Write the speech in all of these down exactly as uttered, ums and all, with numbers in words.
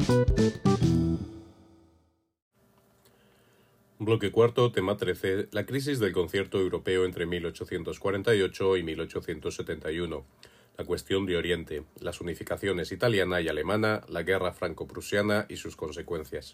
Bloque cuarto, tema trece, la crisis del concierto europeo entre mil ochocientos cuarenta y ocho y mil ochocientos setenta y uno. La cuestión de Oriente, las unificaciones italiana y alemana, la guerra franco-prusiana y sus consecuencias.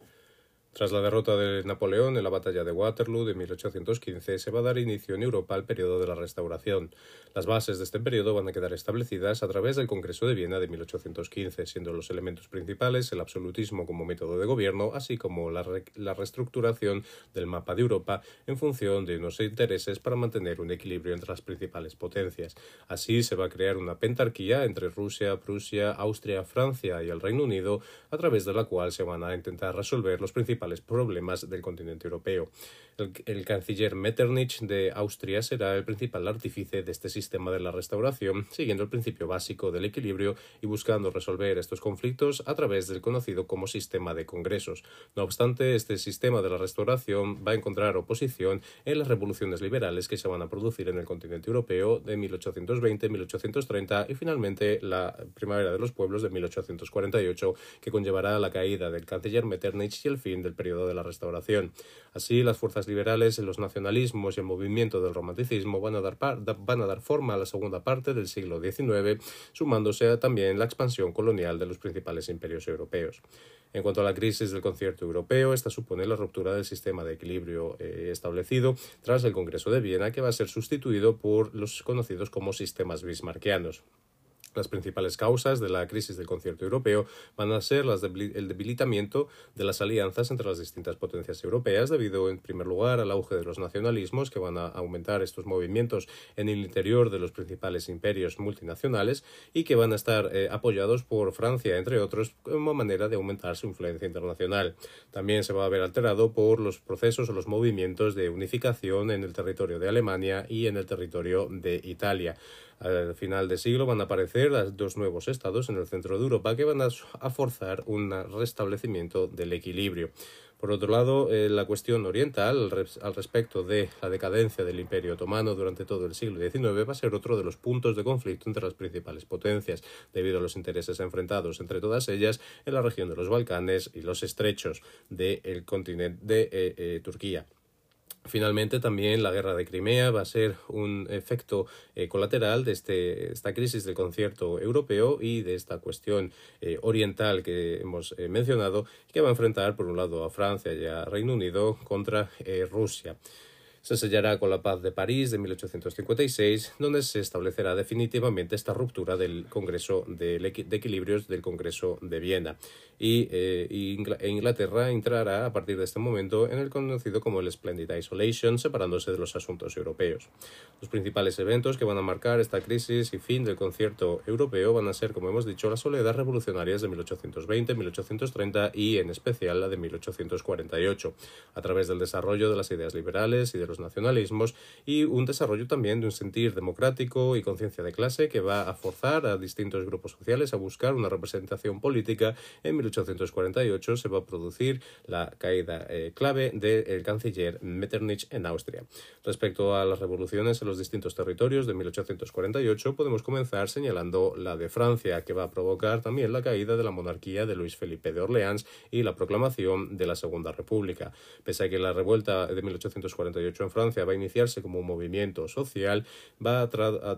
Tras la derrota de Napoleón en la batalla de Waterloo de mil ochocientos quince, se va a dar inicio en Europa al periodo de la Restauración. Las bases de este periodo van a quedar establecidas a través del Congreso de Viena de mil ochocientos quince, siendo los elementos principales el absolutismo como método de gobierno, así como la, re la reestructuración del mapa de Europa en función de unos intereses para mantener un equilibrio entre las principales potencias. Así se va a crear una pentarquía entre Rusia, Prusia, Austria, Francia y el Reino Unido, a través de la cual se van a intentar resolver los principales problemas del continente europeo. El, el canciller Metternich de Austria será el principal artífice de este sistema de la restauración, siguiendo el principio básico del equilibrio y buscando resolver estos conflictos a través del conocido como sistema de congresos. No obstante, este sistema de la restauración va a encontrar oposición en las revoluciones liberales que se van a producir en el continente europeo de mil ochocientos veinte a mil ochocientos treinta y finalmente la primavera de los pueblos de mil ochocientos cuarenta y ocho, que conllevará la caída del canciller Metternich y el fin del periodo de la Restauración. Así, las fuerzas liberales, los nacionalismos y el movimiento del romanticismo van a dar, van a dar forma a la segunda parte del siglo diecinueve, sumándose a también la expansión colonial de los principales imperios europeos. En cuanto a la crisis del concierto europeo, esta supone la ruptura del sistema de equilibrio eh, establecido tras el Congreso de Viena, que va a ser sustituido por los conocidos como sistemas bismarckianos. Las principales causas de la crisis del concierto europeo van a ser las debil el debilitamiento de las alianzas entre las distintas potencias europeas, debido en primer lugar al auge de los nacionalismos, que van a aumentar estos movimientos en el interior de los principales imperios multinacionales y que van a estar eh, apoyados por Francia, entre otros, como manera de aumentar su influencia internacional. También se va a ver alterado por los procesos o los movimientos de unificación en el territorio de Alemania y en el territorio de Italia. Al final de siglo van a aparecer dos nuevos estados en el centro de Europa que van a forzar un restablecimiento del equilibrio. Por otro lado, eh, la cuestión oriental al, res al respecto de la decadencia del Imperio Otomano durante todo el siglo diecinueve va a ser otro de los puntos de conflicto entre las principales potencias, debido a los intereses enfrentados entre todas ellas en la región de los Balcanes y los estrechos del continente de eh, eh, Turquía. Finalmente, también la guerra de Crimea va a ser un efecto eh, colateral de este, esta crisis del concierto europeo y de esta cuestión eh, oriental que hemos eh, mencionado, que va a enfrentar por un lado a Francia y a Reino Unido contra eh, Rusia. Se sellará con la Paz de París de mil ochocientos cincuenta y seis, donde se establecerá definitivamente esta ruptura del Congreso de, de Equilibrios del Congreso de Viena. Y eh, Inglaterra entrará a partir de este momento en el conocido como el Splendid Isolation, separándose de los asuntos europeos. Los principales eventos que van a marcar esta crisis y fin del concierto europeo van a ser, como hemos dicho, las oleadas revolucionarias de mil ochocientos veinte a mil ochocientos treinta y en especial la de mil ochocientos cuarenta y ocho, a través del desarrollo de las ideas liberales y de los nacionalismos y un desarrollo también de un sentir democrático y conciencia de clase que va a forzar a distintos grupos sociales a buscar una representación política. En mil ochocientos cuarenta y ocho se va a producir la caída eh, clave del canciller Metternich en Austria. Respecto a las revoluciones en los distintos territorios de mil ochocientos cuarenta y ocho, podemos comenzar señalando la de Francia, que va a provocar también la caída de la monarquía de Luis Felipe de Orleans y la proclamación de la Segunda República. Pese a que la revuelta de mil ochocientos cuarenta y ocho en Francia va a iniciarse como un movimiento social, va a, tra a,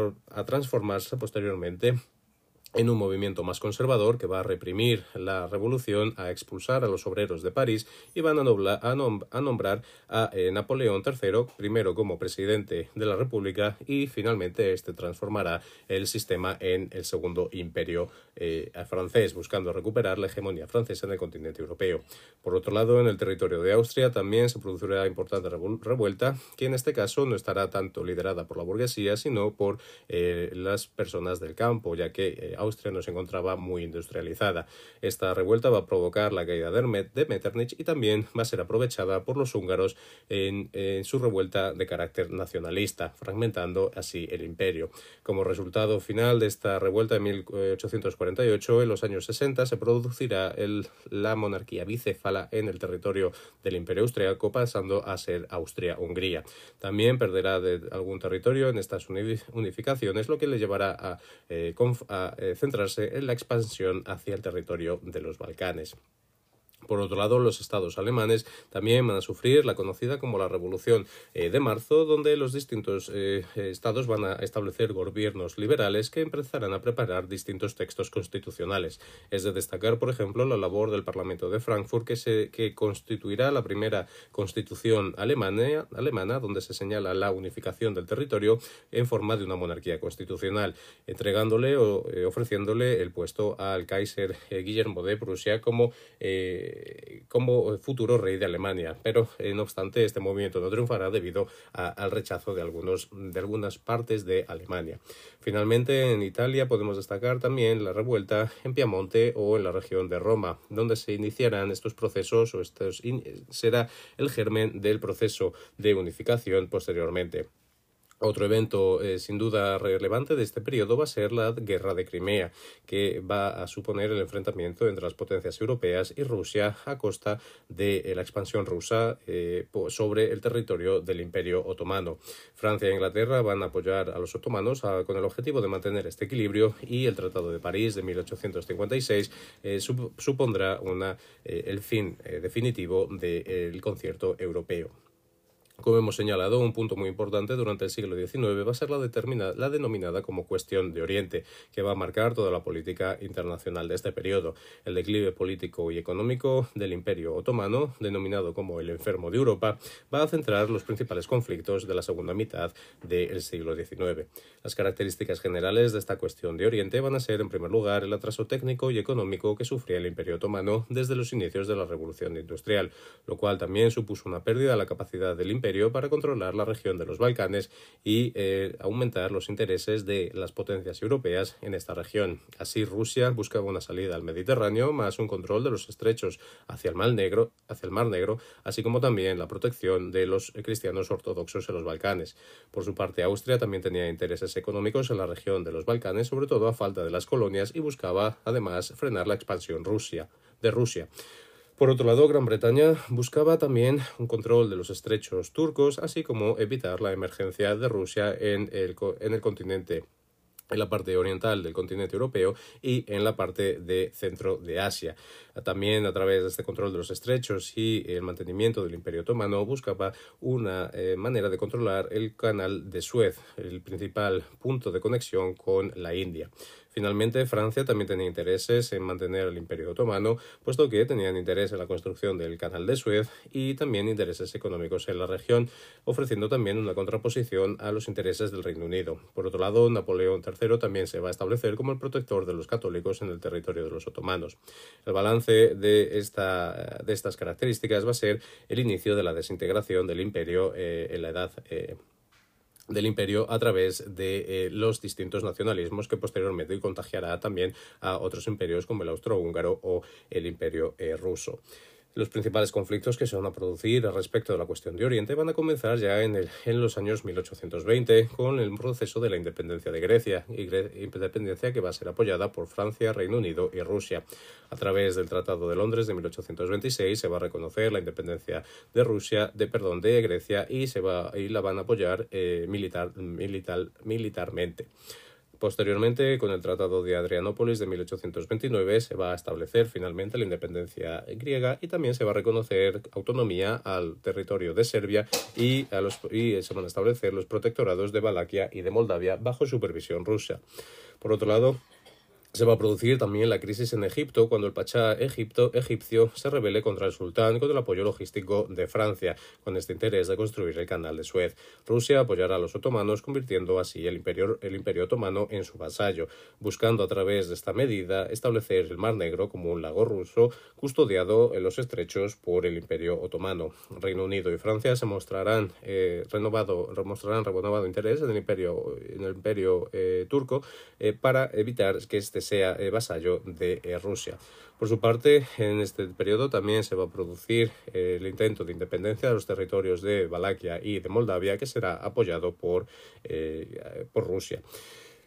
a transformarse posteriormente en un movimiento más conservador que va a reprimir la revolución, a expulsar a los obreros de París y van a, nobla, a, nom a nombrar a eh, Napoleón tercero, primero como presidente de la República y finalmente este transformará el sistema en el segundo imperio eh, francés, buscando recuperar la hegemonía francesa en el continente europeo. Por otro lado, en el territorio de Austria también se producirá importante revuelta, que en este caso no estará tanto liderada por la burguesía, sino por eh, las personas del campo, ya que eh, Austria no se encontraba muy industrializada. Esta revuelta va a provocar la caída de Metternich y también va a ser aprovechada por los húngaros en, en su revuelta de carácter nacionalista, fragmentando así el imperio. Como resultado final de esta revuelta de mil ochocientos cuarenta y ocho, en los años sesenta se producirá el, la monarquía bicéfala en el territorio del imperio austriaco, pasando a ser Austria-Hungría. También perderá de algún territorio en estas unificaciones, lo que le llevará a, eh, a eh, eh, centrarse en la expansión hacia el territorio de los Balcanes. Por otro lado, los estados alemanes también van a sufrir la conocida como la Revolución eh, de Marzo, donde los distintos eh, estados van a establecer gobiernos liberales que empezarán a preparar distintos textos constitucionales. Es de destacar, por ejemplo, la labor del Parlamento de Frankfurt, que, se, que constituirá la primera constitución alemana, alemana, donde se señala la unificación del territorio en forma de una monarquía constitucional, entregándole o eh, ofreciéndole el puesto al Kaiser eh, Guillermo de Prusia como eh, como futuro rey de Alemania, pero eh, no obstante este movimiento no triunfará debido a, al rechazo de, algunos, de algunas partes de Alemania. Finalmente, en Italia podemos destacar también la revuelta en Piamonte o en la región de Roma, donde se iniciarán estos procesos o estos in, será el germen del proceso de unificación posteriormente. Otro evento eh, sin duda relevante de este periodo va a ser la Guerra de Crimea, que va a suponer el enfrentamiento entre las potencias europeas y Rusia a costa de eh, la expansión rusa eh, sobre el territorio del Imperio Otomano. Francia e Inglaterra van a apoyar a los otomanos a, con el objetivo de mantener este equilibrio, y el Tratado de París de mil ochocientos cincuenta y seis eh, sup supondrá una, eh, el fin eh, definitivo del eh, concierto europeo. Como hemos señalado, un punto muy importante durante el siglo diecinueve va a ser la, la denominada como Cuestión de Oriente, que va a marcar toda la política internacional de este periodo. El declive político y económico del Imperio Otomano, denominado como el enfermo de Europa, va a centrar los principales conflictos de la segunda mitad del siglo diecinueve. Las características generales de esta Cuestión de Oriente van a ser, en primer lugar, el atraso técnico y económico que sufría el Imperio Otomano desde los inicios de la Revolución Industrial, lo cual también supuso una pérdida de la capacidad del imperio para controlar la región de los Balcanes y eh, aumentar los intereses de las potencias europeas en esta región. Así, Rusia buscaba una salida al Mediterráneo más un control de los estrechos hacia el Mar Negro, hacia el Mar Negro, así como también la protección de los cristianos ortodoxos en los Balcanes. Por su parte, Austria también tenía intereses económicos en la región de los Balcanes, sobre todo a falta de las colonias, y buscaba además frenar la expansión Rusia, de Rusia. Por otro lado, Gran Bretaña buscaba también un control de los estrechos turcos, así como evitar la emergencia de Rusia en el, en el continente, en la parte oriental del continente europeo y en la parte de centro de Asia. También, a través de este control de los estrechos y el mantenimiento del Imperio Otomano, buscaba una eh, manera de controlar el canal de Suez, el principal punto de conexión con la India. Finalmente, Francia también tenía intereses en mantener el Imperio Otomano, puesto que tenían interés en la construcción del Canal de Suez y también intereses económicos en la región, ofreciendo también una contraposición a los intereses del Reino Unido. Por otro lado, Napoleón tercero también se va a establecer como el protector de los católicos en el territorio de los otomanos. El balance de, esta, de estas características va a ser el inicio de la desintegración del imperio eh, en la edad eh, del imperio a través de eh, los distintos nacionalismos que posteriormente contagiará también a otros imperios como el austrohúngaro o el imperio eh, ruso. Los principales conflictos que se van a producir respecto de la cuestión de Oriente van a comenzar ya en, el, en los años mil ochocientos veinte con el proceso de la independencia de Grecia, y Gre independencia que va a ser apoyada por Francia, Reino Unido y Rusia. A través del Tratado de Londres de mil ochocientos veintiséis se va a reconocer la independencia de Rusia, de perdón, de Grecia, y se va y la van a apoyar eh, militar, militar, militarmente. Posteriormente, con el Tratado de Adrianópolis de mil ochocientos veintinueve, se va a establecer finalmente la independencia griega y también se va a reconocer autonomía al territorio de Serbia y, a los, y se van a establecer los protectorados de Valaquia y de Moldavia bajo supervisión rusa. Por otro lado, se va a producir también la crisis en Egipto cuando el pachá Egipto, egipcio se rebele contra el sultán con el apoyo logístico de Francia, con este interés de construir el canal de Suez. Rusia apoyará a los otomanos, convirtiendo así el imperio, el imperio otomano en su vasallo, buscando a través de esta medida establecer el Mar Negro como un lago ruso custodiado en los estrechos por el imperio otomano. Reino Unido y Francia se mostrarán, eh, renovado, mostrarán renovado interés en el imperio, en el imperio eh, turco eh, para evitar que este sea eh, vasallo de eh, Rusia. Por su parte, en este periodo también se va a producir eh, el intento de independencia de los territorios de Valaquia y de Moldavia, que será apoyado por, eh, por Rusia.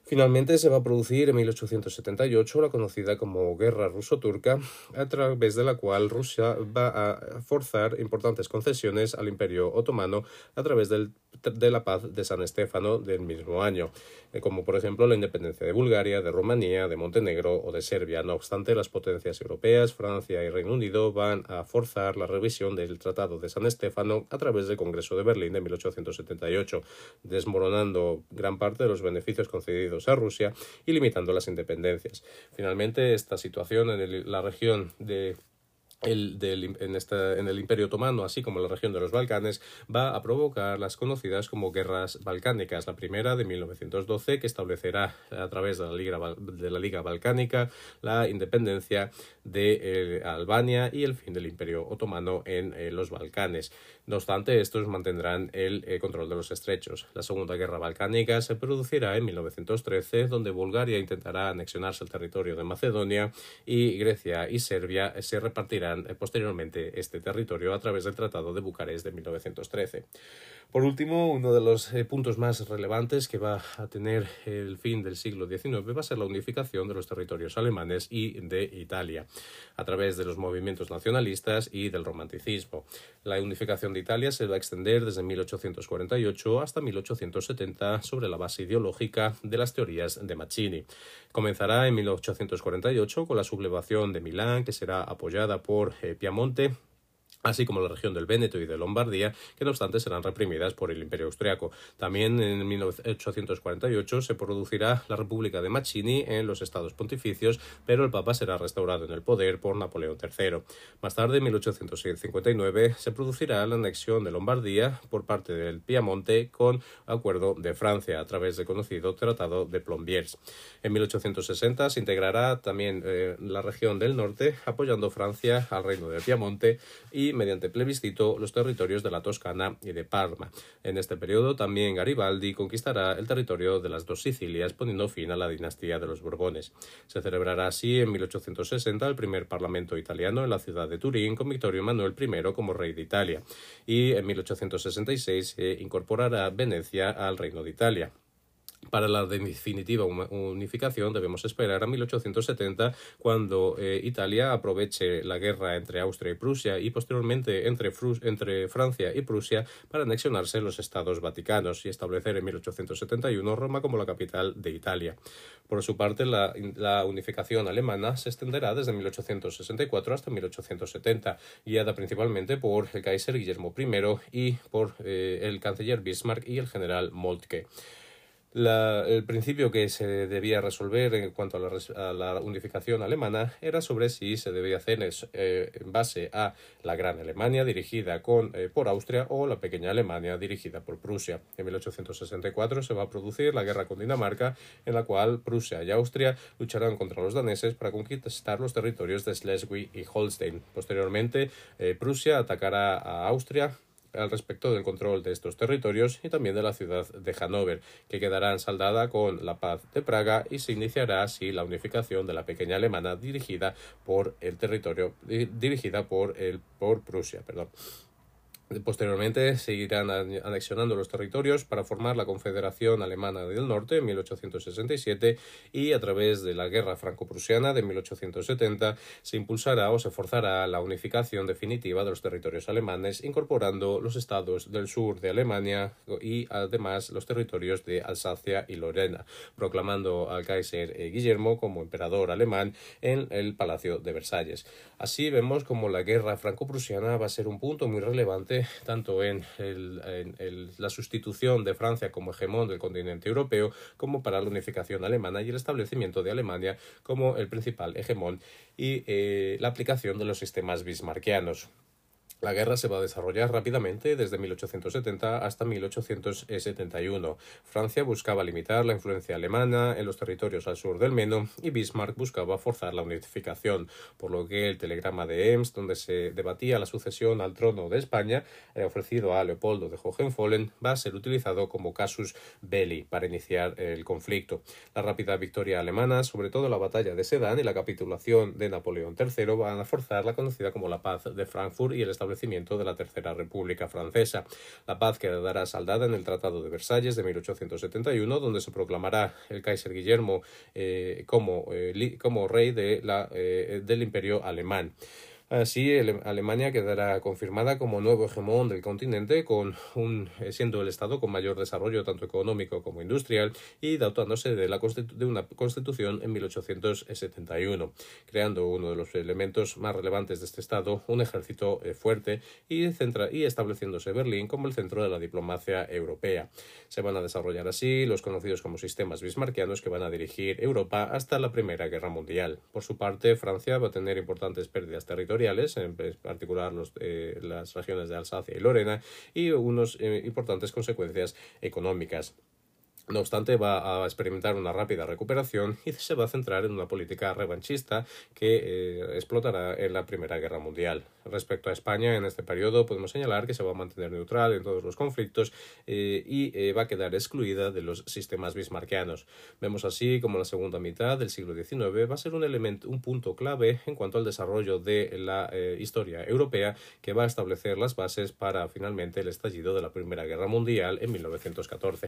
Finalmente se va a producir en mil ochocientos setenta y ocho la conocida como Guerra Ruso-Turca, a través de la cual Rusia va a forzar importantes concesiones al Imperio Otomano a través del, de la Paz de San Estéfano del mismo año, como por ejemplo la independencia de Bulgaria, de Rumanía, de Montenegro o de Serbia. No obstante, las potencias europeas, Francia y Reino Unido, van a forzar la revisión del Tratado de San Estéfano a través del Congreso de Berlín de mil ochocientos setenta y ocho, desmoronando gran parte de los beneficios concedidos a Rusia y limitando las independencias. Finalmente, esta situación en el, la región de El, del, en, esta, en el Imperio Otomano, así como en la región de los Balcanes, va a provocar las conocidas como guerras balcánicas. La primera de mil novecientos doce, que establecerá a través de la Liga, de la Liga Balcánica la independencia de eh, Albania y el fin del Imperio Otomano en eh, los Balcanes. No obstante, estos mantendrán el eh, control de los estrechos. La Segunda Guerra Balcánica se producirá en mil novecientos trece, donde Bulgaria intentará anexionarse al territorio de Macedonia y Grecia y Serbia se repartirán posteriormente este territorio a través del Tratado de Bucarest de mil novecientos trece. Por último, uno de los eh, puntos más relevantes que va a tener el fin del siglo diecinueve va a ser la unificación de los territorios alemanes y de Italia, a través de los movimientos nacionalistas y del romanticismo. La unificación de Italia se va a extender desde mil ochocientos cuarenta y ocho hasta mil ochocientos setenta sobre la base ideológica de las teorías de Mazzini. Comenzará en mil ochocientos cuarenta y ocho con la sublevación de Milán, que será apoyada por eh, Piamonte, así como la región del Véneto y de Lombardía, que no obstante serán reprimidas por el Imperio Austriaco. También en mil ochocientos cuarenta y ocho se producirá la República de Mazzini en los Estados Pontificios, pero el Papa será restaurado en el poder por Napoleón tercero. Más tarde, en mil ochocientos cincuenta y nueve, se producirá la anexión de Lombardía por parte del Piamonte con acuerdo de Francia, a través del conocido Tratado de Plombières. En mil ochocientos sesenta se integrará también eh, la región del norte, apoyando Francia al Reino del Piamonte y mediante plebiscito los territorios de la Toscana y de Parma. En este periodo también Garibaldi conquistará el territorio de las dos Sicilias, poniendo fin a la dinastía de los Borbones. Se celebrará así en mil ochocientos sesenta el primer parlamento italiano en la ciudad de Turín, con Vittorio Emanuele I como rey de Italia, y en mil ochocientos sesenta y seis se incorporará Venecia al Reino de Italia. Para la definitiva unificación debemos esperar a mil ochocientos setenta, cuando eh, Italia aproveche la guerra entre Austria y Prusia y posteriormente entre, Frus entre Francia y Prusia para anexionarse los estados vaticanos y establecer en mil ochocientos setenta y uno Roma como la capital de Italia. Por su parte, la, la unificación alemana se extenderá desde mil ochocientos sesenta y cuatro hasta mil ochocientos setenta, guiada principalmente por el Kaiser Guillermo I y por eh, el canciller Bismarck y el general Moltke. La, el principio que se debía resolver en cuanto a la, a la unificación alemana era sobre si se debía hacer es, eh, en base a la Gran Alemania dirigida con, eh, por Austria o la Pequeña Alemania dirigida por Prusia. En mil ochocientos sesenta y cuatro se va a producir la guerra con Dinamarca, en la cual Prusia y Austria lucharán contra los daneses para conquistar los territorios de Schleswig y Holstein. Posteriormente, eh, Prusia atacará a Austria al respecto del control de estos territorios y también de la ciudad de Hannover, que quedará ensaldada con la paz de Praga, y se iniciará así la unificación de la Pequeña Alemania dirigida por el territorio dirigida por el por Prusia, perdón. Posteriormente seguirán anexionando los territorios para formar la Confederación Alemana del Norte en mil ochocientos sesenta y siete, y a través de la Guerra Franco-Prusiana de mil ochocientos setenta se impulsará o se forzará la unificación definitiva de los territorios alemanes, incorporando los estados del sur de Alemania y además los territorios de Alsacia y Lorena, proclamando al Kaiser Guillermo como emperador alemán en el Palacio de Versalles. Así vemos como la Guerra Franco-Prusiana va a ser un punto muy relevante tanto en, el, en el, la sustitución de Francia como hegemón del continente europeo, como para la unificación alemana y el establecimiento de Alemania como el principal hegemón y eh, la aplicación de los sistemas bismarckianos. La guerra se va a desarrollar rápidamente desde mil ochocientos setenta hasta mil ochocientos setenta y uno. Francia buscaba limitar la influencia alemana en los territorios al sur del Meno y Bismarck buscaba forzar la unificación, por lo que el telegrama de Ems, donde se debatía la sucesión al trono de España, eh, ofrecido a Leopoldo de Hohenzollern, va a ser utilizado como casus belli para iniciar el conflicto. La rápida victoria alemana, sobre todo la batalla de Sedan y la capitulación de Napoleón tercero, van a forzar la conocida como la Paz de Frankfurt y el establecimiento establecimiento de la Tercera República Francesa. La paz quedará saldada en el Tratado de Versalles de mil ochocientos setenta y uno, donde se proclamará el Kaiser Guillermo eh, como, eh, como rey de la, eh, del Imperio alemán. Así, Alemania quedará confirmada como nuevo hegemón del continente, con un, siendo el Estado con mayor desarrollo tanto económico como industrial y dotándose de, la de una constitución en mil ochocientos setenta y uno, creando uno de los elementos más relevantes de este Estado, un ejército eh, fuerte y, centra y estableciéndose Berlín como el centro de la diplomacia europea. Se van a desarrollar así los conocidos como sistemas bismarckianos que van a dirigir Europa hasta la Primera Guerra Mundial. Por su parte, Francia va a tener importantes pérdidas territoriales, en particular los, eh, las regiones de Alsacia y Lorena, y unas eh, importantes consecuencias económicas. No obstante, va a experimentar una rápida recuperación y se va a centrar en una política revanchista que eh, explotará en la Primera Guerra Mundial. Respecto a España, en este periodo podemos señalar que se va a mantener neutral en todos los conflictos eh, y eh, va a quedar excluida de los sistemas bismarckianos. Vemos así como la segunda mitad del siglo diecinueve va a ser un elemento, un punto clave en cuanto al desarrollo de la eh, historia europea, que va a establecer las bases para finalmente el estallido de la Primera Guerra Mundial en mil novecientos catorce.